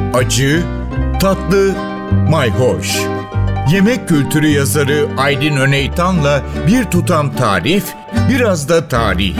acı, tatlı, mayhoş. Yemek kültürü yazarı Aydin Öneytan'la bir tutam tarif, biraz da tarih.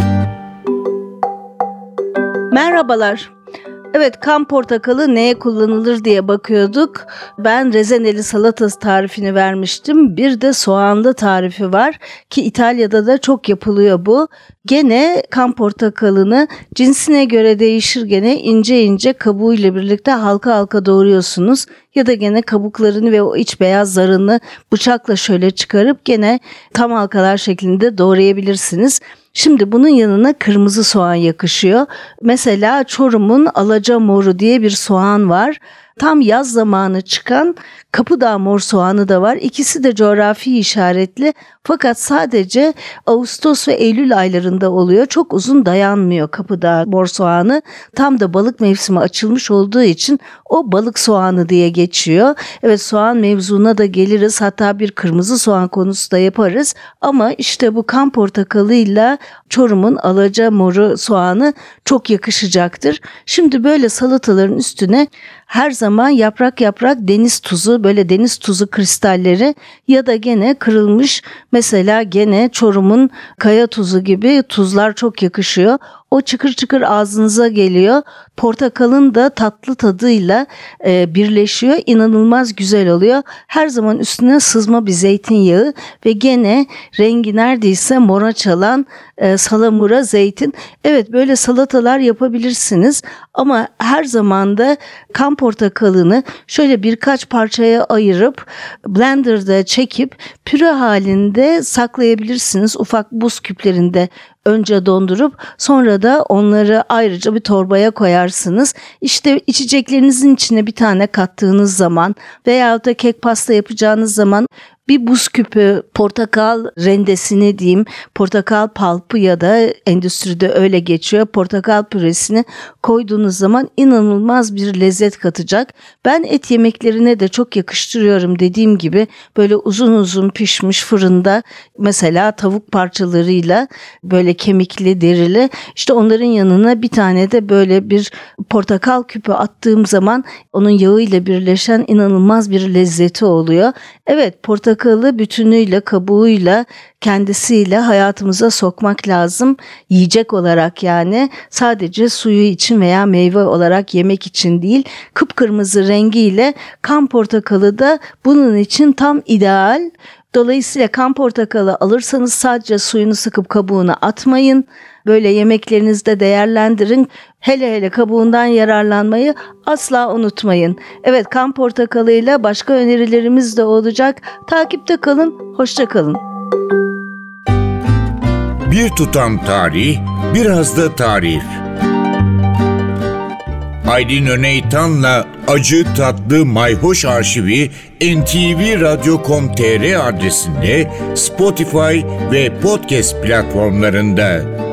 Merhabalar. Evet, kan portakalı neye kullanılır diye bakıyorduk. Ben rezeneli salatası tarifini vermiştim. Bir de soğanlı tarifi var ki İtalya'da da çok yapılıyor bu. Gene kan portakalını cinsine göre değişir, gene ince ince kabuğuyla birlikte halka halka doğruyorsunuz. Ya da gene kabuklarını ve o iç beyaz zarını bıçakla şöyle çıkarıp gene tam halkalar şeklinde doğrayabilirsiniz. Şimdi bunun yanına kırmızı soğan yakışıyor. Mesela Çorum'un Alacamoru diye bir soğan var. Tam yaz zamanı çıkan Kapıdağ mor soğanı da var. İkisi de coğrafi işaretli, fakat sadece Ağustos ve Eylül aylarında oluyor. Çok uzun dayanmıyor Kapıdağ mor soğanı. Tam da balık mevsimi açılmış olduğu için o balık soğanı diye geçiyor. Evet, soğan mevzuna da geliriz. Hatta bir kırmızı soğan konusu da yaparız. Ama işte bu kan portakalıyla Çorum'un Alacamoru soğanı çok yakışacaktır. Şimdi böyle salataların üstüne her zaman yaprak yaprak deniz tuzu, böyle deniz tuzu kristalleri ya da gene kırılmış, mesela gene Çorum'un kaya tuzu gibi tuzlar çok yakışıyor. O çıkır çıkır ağzınıza geliyor. Portakalın da tatlı tadıyla birleşiyor. İnanılmaz güzel oluyor. Her zaman üstüne sızma bir zeytinyağı ve gene rengi neredeyse mora çalan salamura zeytin. Evet, böyle salatalar yapabilirsiniz. Ama her zaman da kan portakalını şöyle birkaç parçaya ayırıp blenderda çekip püre halinde saklayabilirsiniz. Ufak buz küplerinde önce dondurup sonra da onları ayrıca bir torbaya koyarsınız. İşte içeceklerinizin içine bir tane kattığınız zaman veyahut da kek pasta yapacağınız zaman bir buz küpü portakal rendesini diyeyim, portakal palpı ya da endüstride öyle geçiyor, portakal püresini koyduğunuz zaman inanılmaz bir lezzet katacak. Ben et yemeklerine de çok yakıştırıyorum, dediğim gibi böyle uzun uzun pişmiş fırında, mesela tavuk parçalarıyla böyle kemikli, derili, işte onların yanına bir tane de böyle bir portakal küpü attığım zaman onun yağıyla birleşen inanılmaz bir lezzeti oluyor. Evet, portakalı bütünüyle, kabuğuyla, kendisiyle hayatımıza sokmak lazım. Yiyecek olarak, yani sadece suyu için veya meyve olarak yemek için değil. Kıpkırmızı rengiyle kan portakalı da bunun için tam ideal. Dolayısıyla kan portakalı alırsanız sadece suyunu sıkıp kabuğunu atmayın. Böyle yemeklerinizde değerlendirin. Hele hele kabuğundan yararlanmayı asla unutmayın. Evet, kan portakalıyla başka önerilerimiz de olacak. Takipte kalın, hoşça kalın. Bir tutam tarih, biraz da tarif. Aydin Öneytan'la acı tatlı mayhoş arşivi ntvradio.com.tr adresinde, Spotify ve podcast platformlarında.